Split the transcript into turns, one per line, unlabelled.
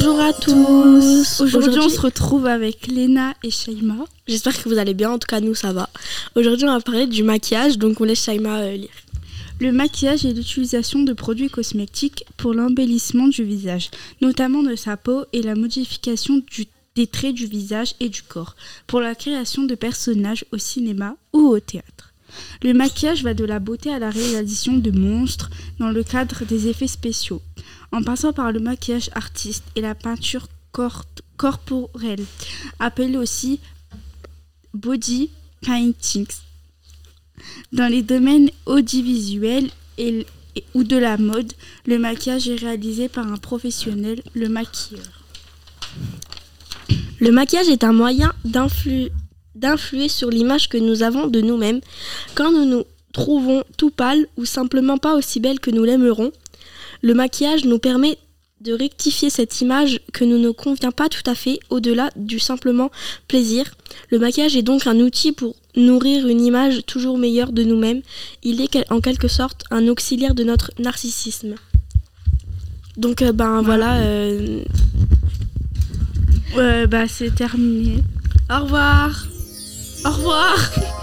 Bonjour à tous.
Aujourd'hui, on se retrouve avec Léna et Shaima.
J'espère que vous allez bien, en tout cas nous ça va. Aujourd'hui on va parler du maquillage, donc on laisse Shaima lire.
Le maquillage est l'utilisation de produits cosmétiques pour l'embellissement du visage, notamment de sa peau et la modification des traits du visage et du corps, pour la création de personnages au cinéma ou au théâtre. Le maquillage va de la beauté à la réalisation de monstres dans le cadre des effets spéciaux, en passant par le maquillage artiste et la peinture corporelle, appelée aussi body painting. Dans les domaines audiovisuels ou de la mode, le maquillage est réalisé par un professionnel, le maquilleur.
Le maquillage est un moyen d'influer sur l'image que nous avons de nous-mêmes quand nous nous trouvons tout pâles ou simplement pas aussi belles que nous l'aimerons. Le maquillage nous permet de rectifier cette image que ne nous convient pas tout à fait au-delà du simplement plaisir. Le maquillage est donc un outil pour nourrir une image toujours meilleure de nous-mêmes. Il est en quelque sorte un auxiliaire de notre narcissisme. Donc voilà.
C'est terminé.
Au revoir.
Au revoir.